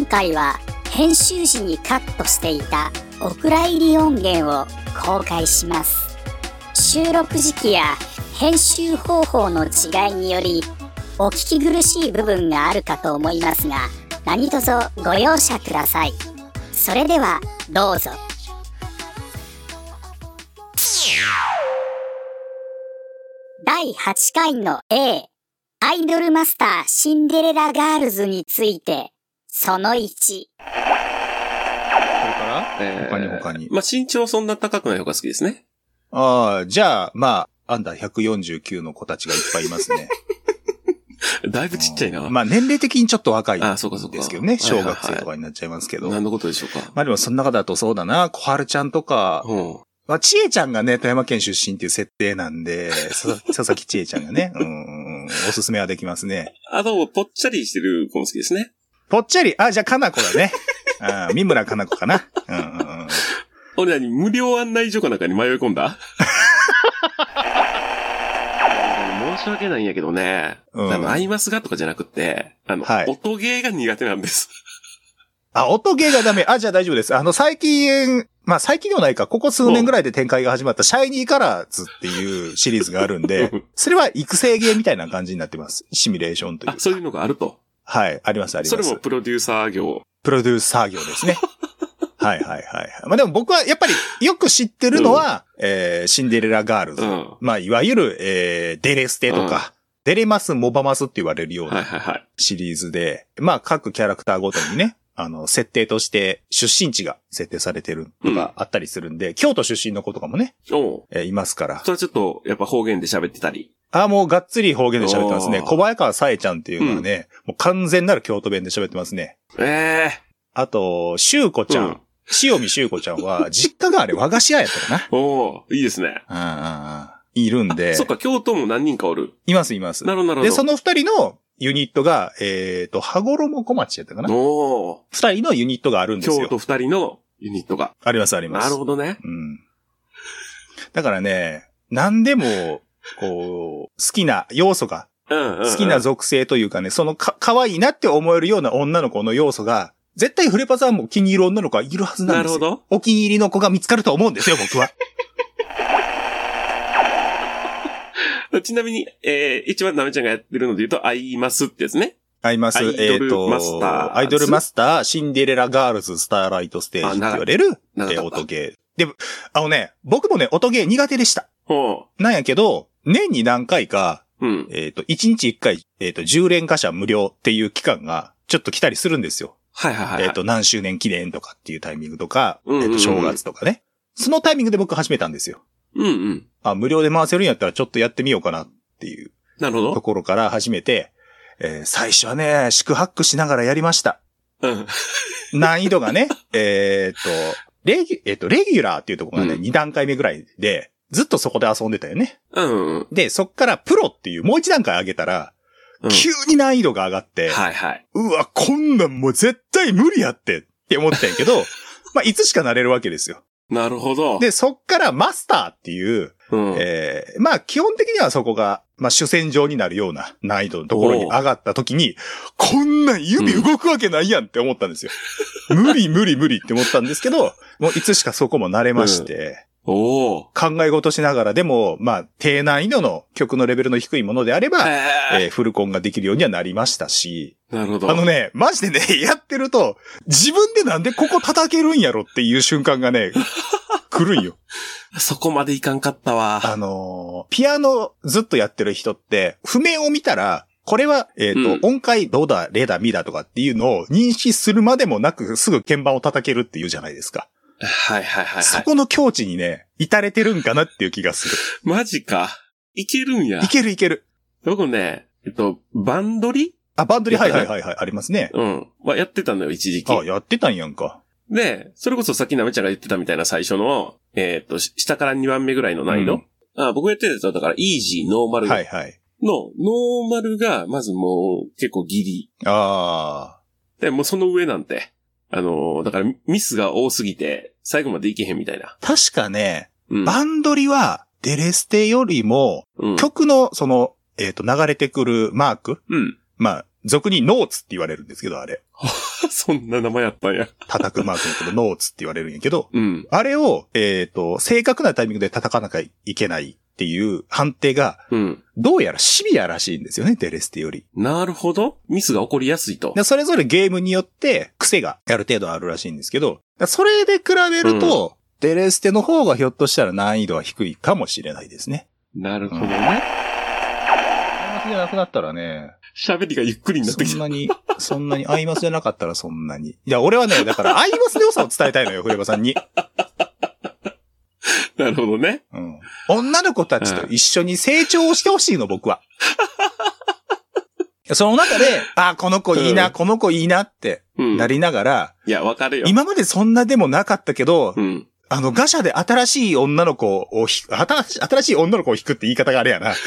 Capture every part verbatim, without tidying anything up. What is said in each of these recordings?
回は編集時にカットしていたお蔵入り音源を公開します。収録時期や編集方法の違いによりお聞き苦しい部分があるかと思いますが、何卒ご容赦ください。それではどうぞ。だいはちかいの A、 アイドルマスターシンデレラガールズについてそのいち。 それから、 えー、 他に他に。 まあ、身長そんな高くない方が好きですね。 ああ、じゃあ、まあ、アンダーひゃくよんじゅうきゅうの子たちがいっぱいいますね。 だいぶちっちゃいな。 まあ、年齢的にちょっと若いああ、そうかそうかですけどね。小学生とかになっちゃいますけど。 何のことでしょうか。 まあでもその中だとそうだな、小春ちゃんとか、 うん、 まあ、ちえちゃんがね、富山県出身っていう設定なんで、佐々木ちえちゃんがね、うん、おすすめはできますね。 あと、ぽっちゃりしてる子も好きですね。 ぽっちゃり、あ、じゃあかなこだね。あ、三村かな子かな。うんうん、 俺らに無料案内所かなんかに迷い込んだ申し訳ないんやけどね。うん、あの、アイマスがとかじゃなくて、あの、はい、音ゲーが苦手なんです。 あ、音ゲーがダメ。あ、じゃあ大丈夫です。あの、最近、まあ最近でもないか、ここ数年ぐらいで展開が始まったシャイニーカラーズっていうシリーズがあるんで、それは育成ゲーみたいな感じになってます。シミュレーションという。 あ、そういうのがあると。 はい、ありますあります。 それもプロデューサー業。 プロデューサー業ですね。はいはいはい。まあでも僕はやっぱりよく知ってるのは、うん、えー、シンデレラガールズ。うん、まあいわゆる、えー、デレステとか、うん、デレマス、モバマスって言われるようなシリーズで、はいはいはい、まあ各キャラクターごとにね、あの、設定として出身地が設定されてるのがあったりするんで、うん、京都出身の子とかもね、えー、いますから。 それはちょっとやっぱ方言で喋ってたり。 あ、もうがっつり方言で喋ってますね。小早川さえちゃんっていうのはね、うん、もう完全なる京都弁で喋ってますね。 ええー。 あと、しゅうこちゃん。うん、塩見しゅうこちゃんは、実家があれ和菓子屋やったかな。 おー、いいですね。 うんうんうん。いるんで。 そっか、京都も何人かおる。 いますいます。 なるほどなるほど。 で、その二人のユニットが、えっと、羽衣小町やったかな。 おー。 二人のユニットがあるんですよ。 京都二人のユニットが。 ありますあります。 なるほどね。 うん。だからね、何でも、こう、好きな要素が、 うんうんうん、 好きな属性というかね、そのか、可愛いなって思えるような女の子の要素が、絶対フレパさんも気に入る女の子はいるはずなんですよ。 なるほど。 お気に入りの子が見つかると思うんですよ、僕は。 ちなみに、えー、一番なめちゃんがやってるので言うと、アイマスってやつね。 アイマス、えっと、アイドルマスター、シンデレラガールズスターライトステージって言われる、えー、音ゲー。で、あのね、僕もね、音ゲー苦手でした。 ほう。 なんやけど、年に何回か、 うん、 えっと、いちにちいっかい、えっと、じゅう連歌者無料っていう期間が、ちょっと来たりするんですよ。 はいはいはい。 えっと、何周年記念とかっていうタイミングとか、うんうんうん、えっと、正月とかね。そのタイミングで僕始めたんですよ。 うんうん。 あ、無料で回せるんやったらちょっとやってみようかなっていう。 なるほど。 ところから始めて、えー、最初はね、四苦八苦しながらやりました。 うん。 難易度がね、えっと、レギュ、えっと、レギュラーっていうところがね、うん、に段階目ぐらいで、ずっとそこで遊んでたよね。 うんうん。 で、そっからプロっていうもう一段階上げたら、うん、急に難易度が上がって、 はいはい。 うわ、こんなんもう絶対無理やってって思ったんやけど、まあ、いつしかなれるわけですよ。 なるほど。 で、そっからマスターっていう、うん、えー、まあ、基本的にはそこが、まあ、主戦場になるような難易度のところに上がった時に、こんなん指動くわけないやんって思ったんですよ。うん、無理無理無理って思ったんですけど、もういつしかそこも慣れまして、 うん、お考え事しながらでも、まあ、低難易度の曲のレベルの低いものであれば、えー、フルコンができるようにはなりましたし、 なるほど。 あのね、マジでね、やってると、自分でなんでここ叩けるんやろっていう瞬間がね、来るんよ。 そこまでいかんかったわ。 あのー、ピアノずっとやってる人って、譜面を見たら、これは、えっと、うん、音階どうだ、レだ、ミだとかっていうのを認識するまでもなく、すぐ鍵盤を叩けるっていうじゃないですか。 はいはいはい、はい。 そこの境地にね、至れてるんかなっていう気がする。 マジか。いけるんや。 いけるいける。 僕ね、えっと、バンドリあ、バンドリはいはいはいはい、ありますね。 うん。はやってたのよ、一時期。 あ、やってたんやんか。 で、それこそさっきなめちゃんが言ってたみたいな最初の、えー、っと、下からにばんめぐらいの難易度。うん、あ僕やってたやつはだから、イージー、ノーマル。 はいはい。 の、ノーマルが、まずもう、結構ギリ。 ああ。 で、もうその上なんて。あのー、だからミスが多すぎて、最後までいけへんみたいな。 確かね、うん、バンドリは、デレステよりも、うん、曲の、その、えっと、流れてくるマーク。 うん。 まあ、 俗にノーツって言われるんですけど、あれ。 そんな名前あったんや。 叩くマークのことノーツって言われるんやけど、 うん。 あれを、えっと、正確なタイミングで叩かなきゃいけないっていう判定が、 うん。 どうやらシビアらしいんですよね、デレステより。 なるほど。ミスが起こりやすいと。 でそれぞれゲームによって癖がある程度あるらしいんですけど、それで比べると、うん、デレステの方がひょっとしたら難易度は低いかもしれないですね。 なるほどね。 アイマスじゃなくなったらね、 喋りがゆっくりになってきた。 そんなに、そんなにアイマスじゃなかったらそんなに。いや、俺はね、だからアイマスの良さを伝えたいのよ、フレバさんに。 なるほどね。 うん。女の子たちと一緒に成長してほしいの、僕は。その中で、あ、この子いいな、うん、この子いいなってなりながら、 うん、いや、わかるよ。 今までそんなでもなかったけど、 うん、 あの、ガシャで新しい女の子をひ、新しい女の子を引くって言い方があれやな。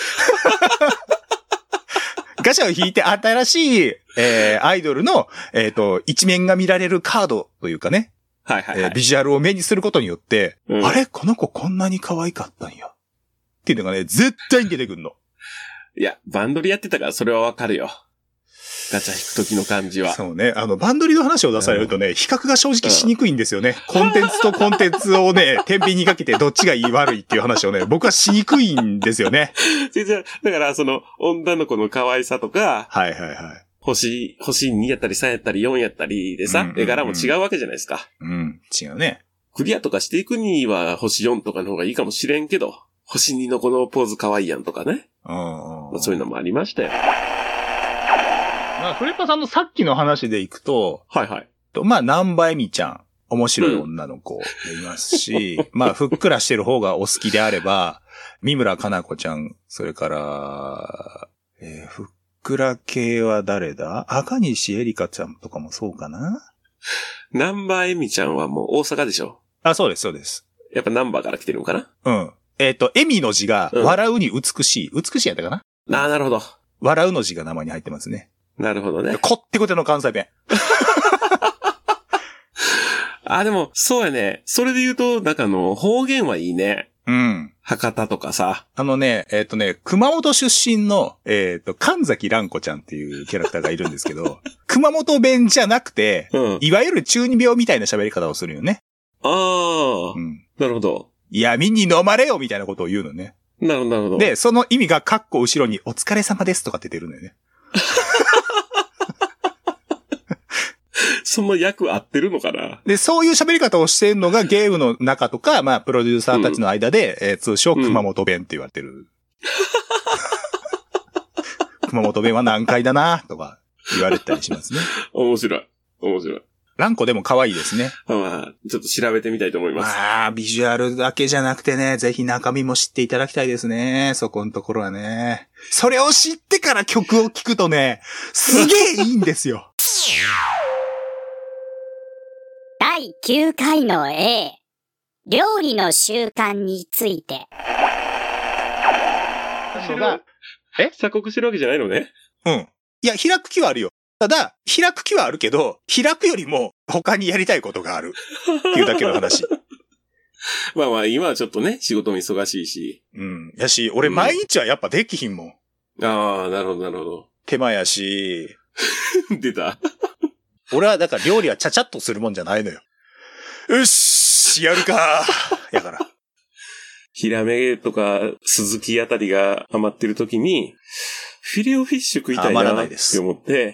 ガシャを引いて新しい、えー、アイドルの、えっと、一面が見られるカードというかね。 はいはいはい、 えー。ビジュアルを目にすることによって、 うん、 あれこの子こんなに可愛かったんや。っていうのがね、絶対に出てくるの。 いや、バンドリやってたからそれはわかるよ。ガチャ引く時の感じは。 そうね。あの、バンドリの話を出されるとね、うん、比較が正直しにくいんですよね。コンテンツとコンテンツをね、天秤にかけてどっちがいい悪いっていう話をね、僕はしにくいんですよね。 だから、その、女の子の可愛さとか、 はいはいはい。 星、星にやったりさんやったりよんやったりでさ、うんうんうん、絵柄も違うわけじゃないですか。 うん、違うね。 クリアとかしていくには星よんとかの方がいいかもしれんけど、星にのこのポーズ可愛いやんとかね。 うんうん、 まあ、そういうのもありましたよ。 まあ、フレパさんのさっきの話でいくと、 はいはい。 とまあ、南波恵美ちゃん、面白い女の子いますし、うん、まあ、ふっくらしてる方がお好きであれば、三村かな子ちゃん、それから、えー、ふっくら系は誰だ？赤西エリカちゃんとかもそうかな？ 南波恵美ちゃんはもう大阪でしょ？ あ、そうです、そうです。 やっぱ南波から来てるのかな？ うん。えっと、恵美の字が、笑うに美しい。美しいやったかな？ ああ、なるほど。 笑うの字が名前に入ってますね。 なるほどね。 こってこての関西弁。 あ、でも、そうやね。それで言うと、なんかあの、方言はいいね。 うん。 博多とかさ。 あのね、えっとね、熊本出身の、えっと、神崎蘭子ちゃんっていうキャラクターがいるんですけど、熊本弁じゃなくて、 うん、 いわゆる中二病みたいな喋り方をするよね。 ああ、 うん。 なるほど。 闇に飲まれよみたいなことを言うのね。 なるほど、なるほど。 で、その意味がカッコ後ろにお疲れ様ですとかって出るのよね。 その役合ってるのかな？ で、そういう喋り方をしてるのがゲームの中とか、まあ、プロデューサーたちの間で、うん、えー、通称熊本弁って言われてる。うん、熊本弁は難解だなとか言われたりしますね。 面白い。面白い。 ランコでも可愛いですね。 まあ、ちょっと調べてみたいと思います。 ああ、ビジュアルだけじゃなくてね、ぜひ中身も知っていただきたいですね。そこのところはね。それを知ってから曲を聴くとね、すげえいいんですよ。 だいきゅうかいの A、料理の習慣について。 え？ 鎖国してるわけじゃないのね。 うん。いや、開く気はあるよ。ただ、開く気はあるけど、開くよりも他にやりたいことがある。っていうだけの話。 まあまあ、今はちょっとね、仕事も忙しいし。 うん。やし、俺毎日はやっぱできひんもん。 うん、ああ、なるほど、なるほど。 手間やし。 出た。 俺はだから料理はちゃちゃっとするもんじゃないのよ。よし、やるか。やから。 ヒラメとか、スズキあたりが余ってる時に、フィレオフィッシュ食いたいなって思って。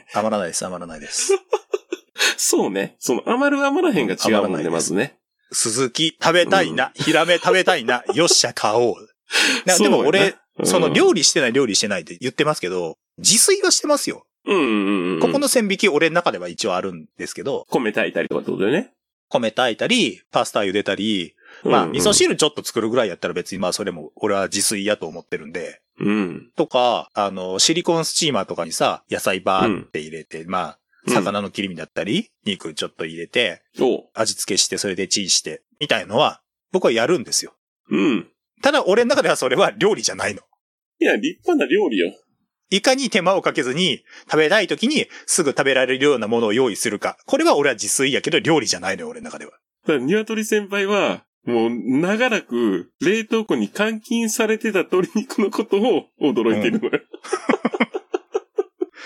余らないです。余らないです。 そうね。その余る余らへんが違うもんね、まずね。 スズキ食べたいな。うん、ヒラメ食べたいな。よっしゃ、買おう。でも俺、うん、その料理してない料理してないって言ってますけど、自炊はしてますよ。 うんうんうん。 ここの線引き俺の中では一応あるんですけど。 米炊いたりとかってことだよね。 米炊いたり、パスタ茹でたり、まあ、味噌汁ちょっと作るぐらいやったら別にまあそれも俺は自炊やと思ってるんで。 うん。 とか、あの、シリコンスチーマーとかにさ、野菜バーって入れて、うん、まあ、魚の切り身だったり、うん、肉ちょっと入れて、味付けしてそれでチンして、みたいのは僕はやるんですよ。 うん。 ただ俺の中ではそれは料理じゃないの。 いや、立派な料理よ。 いかに手間をかけずに食べたい時にすぐ食べられるようなものを用意するか。これは俺は自炊やけど料理じゃないのよ、俺の中では。 鶏先輩は、もう長らく冷凍庫に監禁されてた鶏肉のことを驚いてるのよ。 い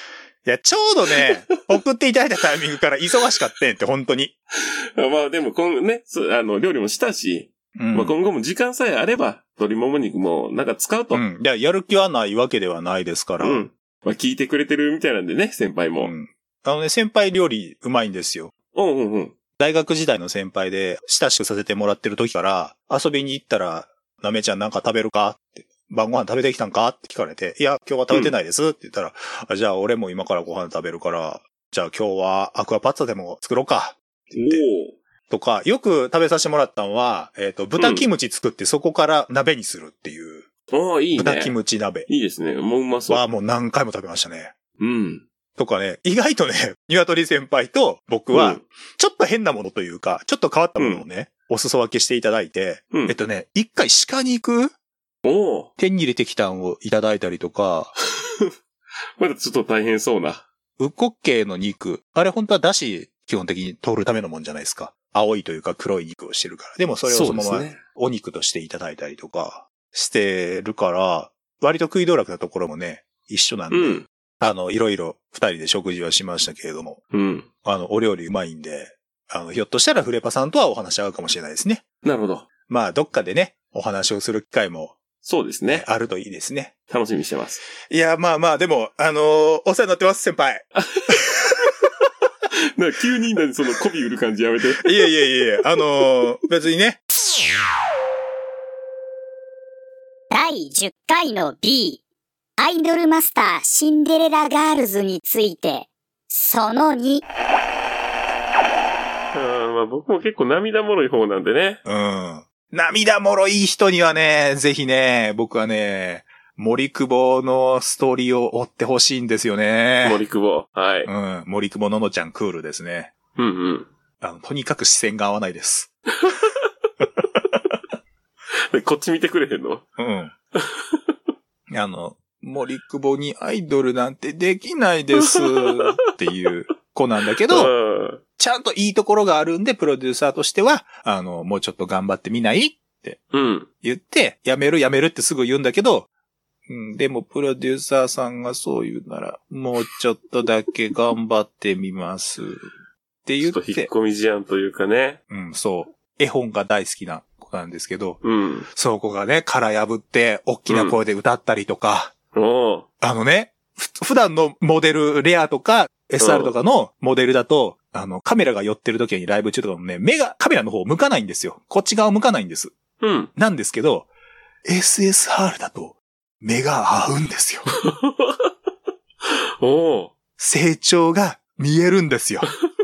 いや、ちょうどね、送っていただいたタイミングから忙しかったんって、本当に。 まあでも今ね、あの、料理もしたし、うん、まあ今後も時間さえあれば、鶏もも肉もなんか使うと。 うん。いや、やる気はないわけではないですから。 うん。まあ聞いてくれてるみたいなんでね、先輩も。うん。 あのね、先輩料理うまいんですよ。 うんうんうん。 大学時代の先輩で、親しくさせてもらってる時から、遊びに行ったら、なめちゃんなんか食べるかって、晩ご飯食べてきたんかって聞かれて、いや、今日は食べてないですって言ったら、うん、じゃあ俺も今からご飯食べるから、じゃあ今日はアクアパッツァでも作ろうかって言って。とか、よく食べさせてもらったのは、えっと、豚キムチ作ってそこから鍋にするっていう。 ああ、いいね。 豚キムチ鍋。 いいですね。もううまそう。 はもう何回も食べましたね。 うん。 とかね、意外とね、鶏先輩と僕は、ちょっと変なものというか、ちょっと変わったものをね、うん、お裾分けしていただいて、うん、えっとね、一回鹿肉お手に入れてきたんをいただいたりとか、 まだちょっと大変そうな。 ウッコッケーの肉、あれ本当は出汁基本的に取るためのもんじゃないですか。青いというか黒い肉をしてるから。でもそれをそのままお肉としていただいたりとかしてるから、割と食い道楽なところもね、一緒なんで、うん、あの、いろいろ二人で食事はしましたけれども、 うん、 あの、お料理うまいんで、あの、ひょっとしたらフレパさんとはお話し合うかもしれないですね。 なるほど。 まあ、どっかでね、お話をする機会も、 そうですね。 あるといいですね。 楽しみにしてます。 いや、まあまあ、でも、あのー、お世話になってます、先輩。 なんか急に何その媚び売る感じやめて。 いやいやいや、あのー、別にね。 だいじゅっかいの B、アイドルマスターシンデレラガールズについて、そのに。 あまあ僕も結構涙もろい方なんでね。 うん。涙もろい人にはね、ぜひね、僕はね、森久保のストーリーを追ってほしいんですよね。 森久保。はい。 うん。森久保ののちゃんクールですね。 うんうん。 あの、とにかく視線が合わないです。 こっち見てくれへんの？ うん。あの、森久保にアイドルなんてできないですっていう子なんだけど、ちゃんといいところがあるんで、プロデューサーとしては、あの、もうちょっと頑張ってみないって言って、うん、やめるやめるってすぐ言うんだけど、うん、でもプロデューサーさんがそう言うなら、もうちょっとだけ頑張ってみますって言って。ちょっと引っ込み思案というかね。 うん、そう。絵本が大好きな子なんですけど、 うん、 その子がね、殻破って、大きな声で歌ったりとか、 うん、おあのね、普段のモデル、レアとか、エスアール とかのモデルだと、あの、カメラが寄ってる時にライブ中とかもね、目がカメラの方を向かないんですよ。こっち側を向かないんです。 うん。 なんですけど、エスエスアール だと、目が合うんですよ。 お成長が見えるんですよ。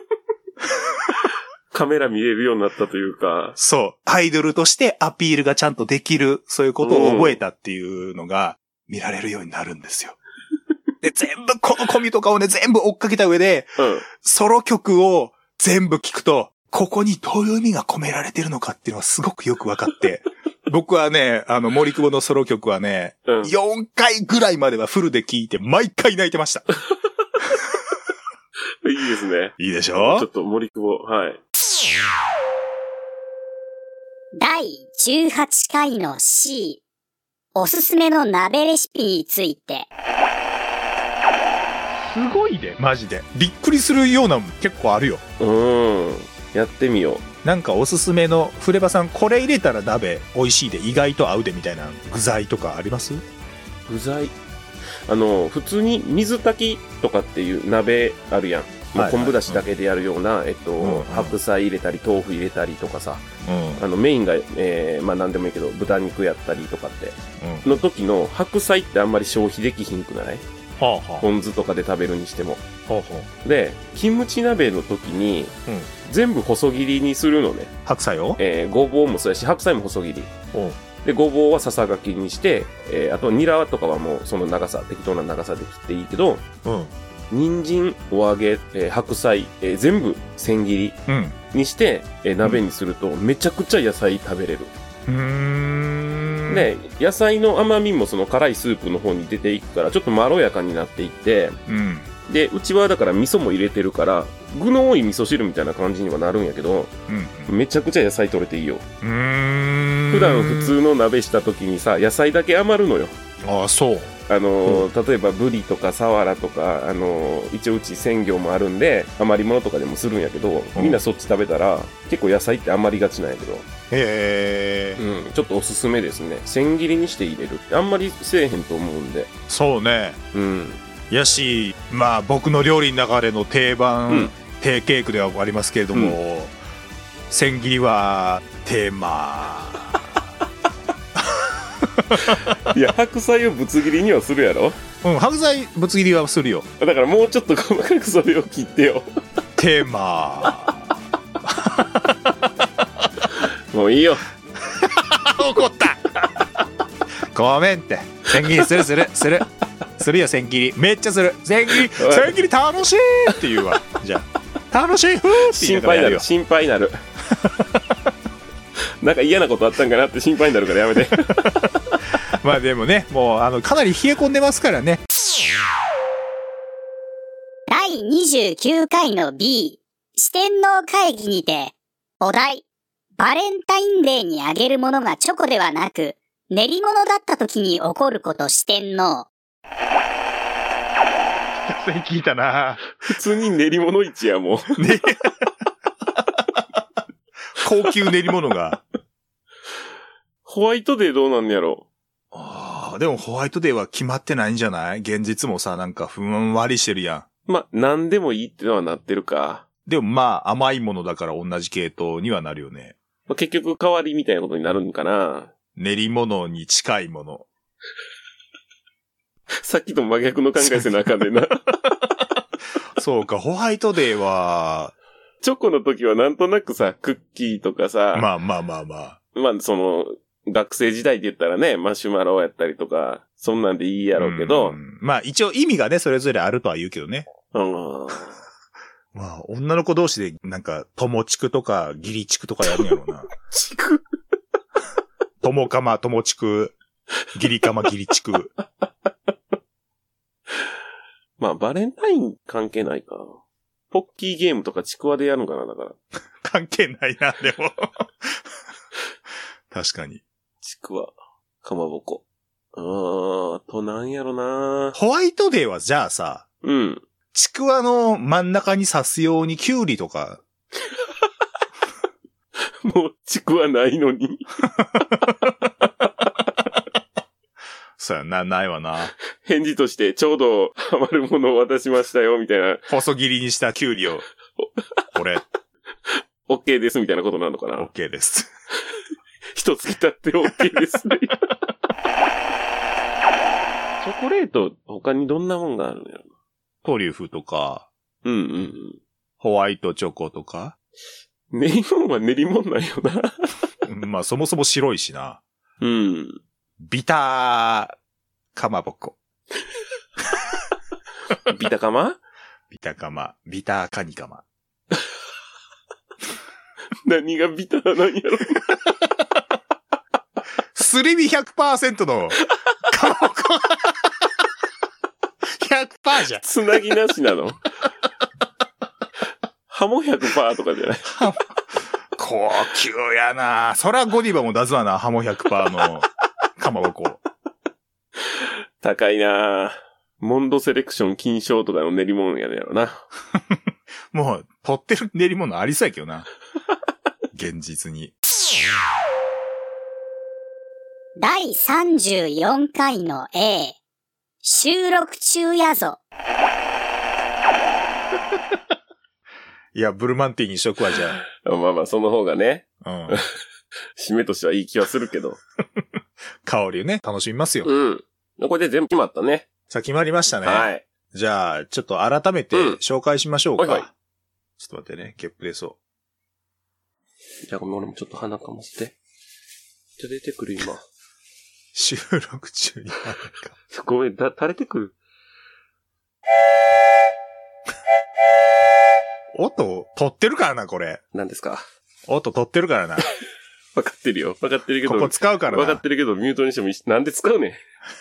カメラ見えるようになったというか。 そう。アイドルとしてアピールがちゃんとできる、そういうことを覚えたっていうのが見られるようになるんですよ。で、全部このコミとかをね、全部追っかけた上で、 うん、 ソロ曲を全部聞くと、ここにどういう意味が込められてるのかっていうのはすごくよくわかって、僕はね、あの、森久保のソロ曲はね、うん、よんかいぐらいまではフルで聴いて、毎回泣いてました。 いいですね。 いいでしょ？ ちょっと森久保、はい。 だいじゅうはちかいの C、おすすめの鍋レシピについて。 すごいね、マジで。びっくりするようなの結構あるよ。 うん。やってみよう。なんかおすすめの、フレバさん、これ入れたら鍋美味しいで、意外と合うでみたいな具材とかあります？ 具材あの、普通に水炊きとかっていう鍋あるやん。はいはい、昆布だしだけでやるような、えっと、うんうん、白菜入れたり、豆腐入れたりとかさ。うん、あの、メインが、えー、まあ何でもいいけど、豚肉やったりとかって。うん、の時の白菜ってあんまり消費できひんくない？ はあはあ、 ポン酢とかで食べるにしても。 はあはあ、 で、キムチ鍋の時に、うん、全部細切りにするのね。 白菜を？ えー、ごぼうもそうやし、白菜も細切り。で、ごぼうはささがきにして、えー、あとニラとかはもうその長さ、適当な長さで切っていいけど、 うん、 人参、お揚げ、えー、白菜、えー、全部千切りにして、うん、えー、鍋にするとめちゃくちゃ野菜食べれる。 うーんで、野菜の甘みもその辛いスープの方に出ていくから、ちょっとまろやかになっていって、 うん、 で、うちはだから味噌も入れてるから、具の多い味噌汁みたいな感じにはなるんやけど、うん、めちゃくちゃ野菜取れていいよ。 うーん普段普通の鍋した時にさ、野菜だけ余るのよ。 ああ、そう。 あのー、例えばブリとかサワラとか、あのー、一応うち鮮魚もあるんで、余り物とかでもするんやけど、みんなそっち食べたら、結構野菜って余りがちなんやけど。 へー。うん、ちょっとおすすめですね。千切りにして入れるって、あんまりせえへんと思うんで。 そうね。 うん。 やし、まあ僕の料理の中での定番、うん、定型句ではありますけれども、うん、千切りはテーマ。 いや、白菜をぶつ切りにはするやろ。 うん、白菜ぶつ切りはするよ。 だからもうちょっと細かくそれを切ってよ。 テーマ。 もういいよ。 怒った。ごめんって。千切りするするするするよ千切り。めっちゃする。千切り千切り楽しいって言うわ。じゃあ楽しいふーって言いながらやるよ。 心配になる。心配になる。なんか嫌なことあったんかなって心配になるからやめて。 まあでもね、もうあのかなり冷え込んでますからね。 だいにじゅうきゅうかいの B 四天王会議にて、お題バレンタインデーにあげるものがチョコではなく練り物だった時に起こること四天王。 それ聞いたな。 普通に練り物市やもう。ね、 高級練り物が。 ホワイトデーどうなんやろ。 ああ、でもホワイトデーは決まってないんじゃない？現実もさ、なんかふんわりしてるやん。ま、なんでもいいってのはなってるか。 でもまあ、甘いものだから同じ系統にはなるよね。 まあ、結局代わりみたいなことになるんかな。 練り物に近いもの。 さっきと真逆の考えせなあかんねんな。 そうか、ホワイトデーは、 チョコの時はなんとなくさ、クッキーとかさ。 まあまあまあまあ。 まあ、その、学生時代で言ったらね、マシュマロやったりとか、そんなんでいいやろうけど。 まあ一応意味がね、それぞれあるとは言うけどね。 うん。 まあ、女の子同士で、なんか、友チクとか、ギリチクとかやるんやろうな。 チク友かま、友チク、ギリかま、ギリチク。 まあ、バレンタイン関係ないか。ポッキーゲームとかちくわでやるのかな、だから。 関係ないな、でも。確かに。 ちくわ、かまぼこ。あー、となんやろな。 ホワイトデーはじゃあさ、 うん。 ちくわの真ん中に刺すようにキュウリとか。 もうちくわないのに。 そうやな、ないわな。 返事としてちょうど余るものを渡しましたよ、みたいな。 細切りにしたキュウリを。これ。 OK です、みたいなことなのかな。 OK です。 一月経って OK ですね。チョコレート、他にどんなもんがあるのやろ。 トリュフとか。 うんうんうん。 ホワイトチョコとか。 練り物は練り物なんよな。まあそもそも白いしな。 うん。 ビターかまぼこ。 ビタかま？ ビタかま。ビターカニかま。 何がビターなんやろ。 すり身 ひゃくパーセント のかまぼこ。ひゃくパーセント じゃん。 つなぎなしなの。ハモ ひゃくパーセント とかじゃない。 高級やな。そらゴディバも出すわな、ハモ ひゃくパーセント のかまぼこ。 高いな。モンドセレクション金賞とかの練り物やねやろな。 もう、取ってる練り物ありそうやけどな。現実に。 だいさんじゅうよんかいの A。収録中やぞ。 いや、ブルマンティーにしとくわ、じゃあ。まあまあ、その方がね。 うん。 締めとしてはいい気はするけど。 香りをね、楽しみますよ。 うん。これで全部決まったね。 さあ、決まりましたね。 はい。 じゃあ、ちょっと改めて紹介しましょうか。うん、はいはい。ちょっと待ってね、ゲップ出そう。 じゃあごめん、俺もちょっと鼻かませて。じゃあ出てくる今。 収録中に鼻か。 ごめん、だ、垂れてくる。 音、取ってるからな、これ。 何ですか？ 音取ってるからな。 分かってるよ。分かってるけど。 ここ使うからな。 分かってるけど、ミュートにしてもいいし、なんで使うねん。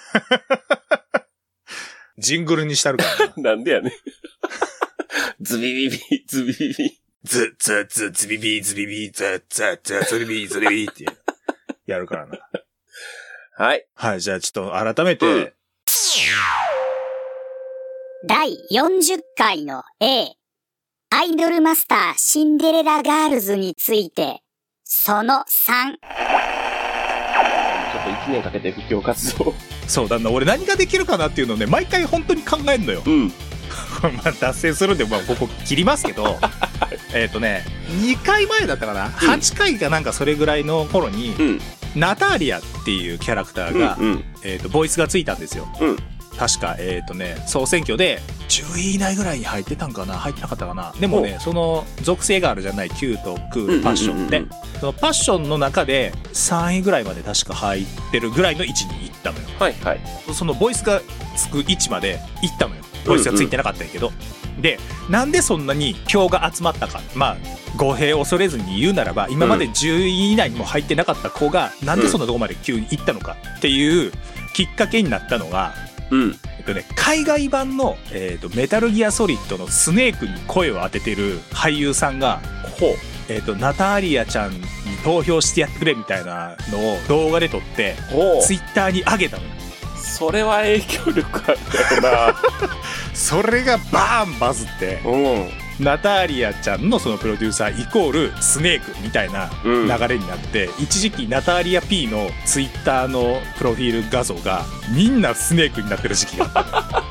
ジングルにしたるからな。なんでやねん。ズビビビ、ズビビビ。 ズ、ズ、ズ、ズビビ、ズビビ、ズ、ズ、ズ、ズビビ、ズビビってやるからな。 はい。 はい、じゃあちょっと改めて、うん、 だいよんじゅっかいの A、アイドルマスターシンデレラガールズについて、そのさん。ちょっといちねんかけて布教活動。 そうだな、俺何ができるかなっていうのをね、毎回本当に考えんのよ。 うん。 まあ脱線するんで、まあ、ここ切りますけど、えっとね、にかいまえだったかな、うん、はちかいかなんかそれぐらいの頃に、うん、ナターリアっていうキャラクターが、うんうん、えっと、ボイスがついたんですよ。うん、確か、えっとね、総選挙でじゅうい以内ぐらいに入ってたんかな、入ってなかったかな。でもね、その属性があるじゃない、キュート、クール、パッションって、そのパッションの中でさんいぐらいまで確か入ってるぐらいの位置に行ったのよ。はいはい。そのボイスがつく位置まで行ったのよ。ボイスがついてなかったんやけど、うんうん、でなんでそんなに票が集まったか、まあ語弊を恐れずに言うならば、今までじゅうい以内にも入ってなかった子がなんでそんなとこまで急に行ったのかっていうきっかけになったのが、うん、えっとね、海外版の、えーと、メタルギアソリッドのスネークに声を当ててる俳優さんが、ほう、えーと、ナターリアちゃんに投票してやってくれみたいなのを動画で撮ってツイッターに上げたのよ。 それは影響力あったよな。 それがバーンバズって、うん、ナターリアちゃんのそのプロデューサーイコールスネークみたいな流れになって、うん、一時期ナターリア P のツイッターのプロフィール画像がみんなスネークになってる時期があった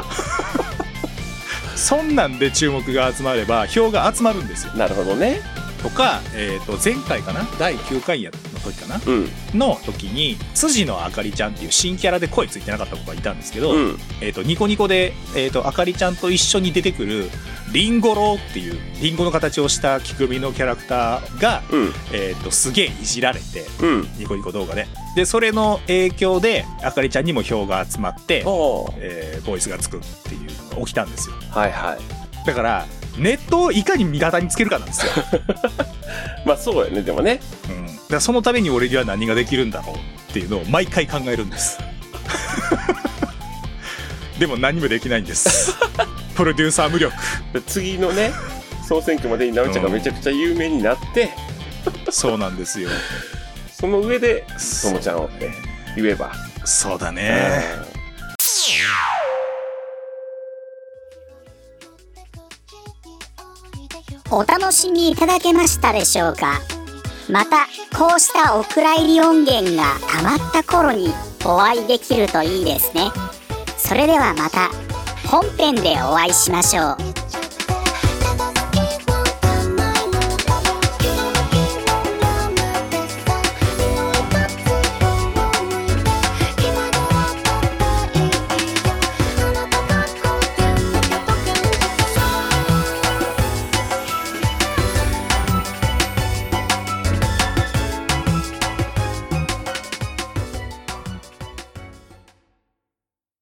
そんなんで注目が集まれば票が集まるんですよ。 なるほどね。 とか、えー、と前回かな、だいきゅうかいの時かな、うん、の時に辻野あかりちゃんっていう新キャラで声ついてなかった子がいたんですけど、うん、えー、とニコニコで、えー、とあかりちゃんと一緒に出てくるリンゴローっていうリンゴの形をした木組みのキャラクターが、うん、えー、とすげえいじられて、うん、ニコニコ動画ででそれの影響であかりちゃんにも票が集まって、えー、ボイスがつくっていうのが起きたんですよ。はいはい。だからネットをいかに味方につけるかなんですよ。 まあそうやね。でもね、 うん、だからそのために俺には何ができるんだろうっていうのを毎回考えるんです。でも何もできないんです。プロデューサー無力。 次のね総選挙までになおちゃんがめちゃくちゃ有名になって、 うん、そうなんですよ。 その上でともちゃんをって言えば。 そうだね。 お楽しみいただけましたでしょうか。またこうしたお蔵入り音源がたまった頃にお会いできるといいですね。それではまた本編でお会いしましょう。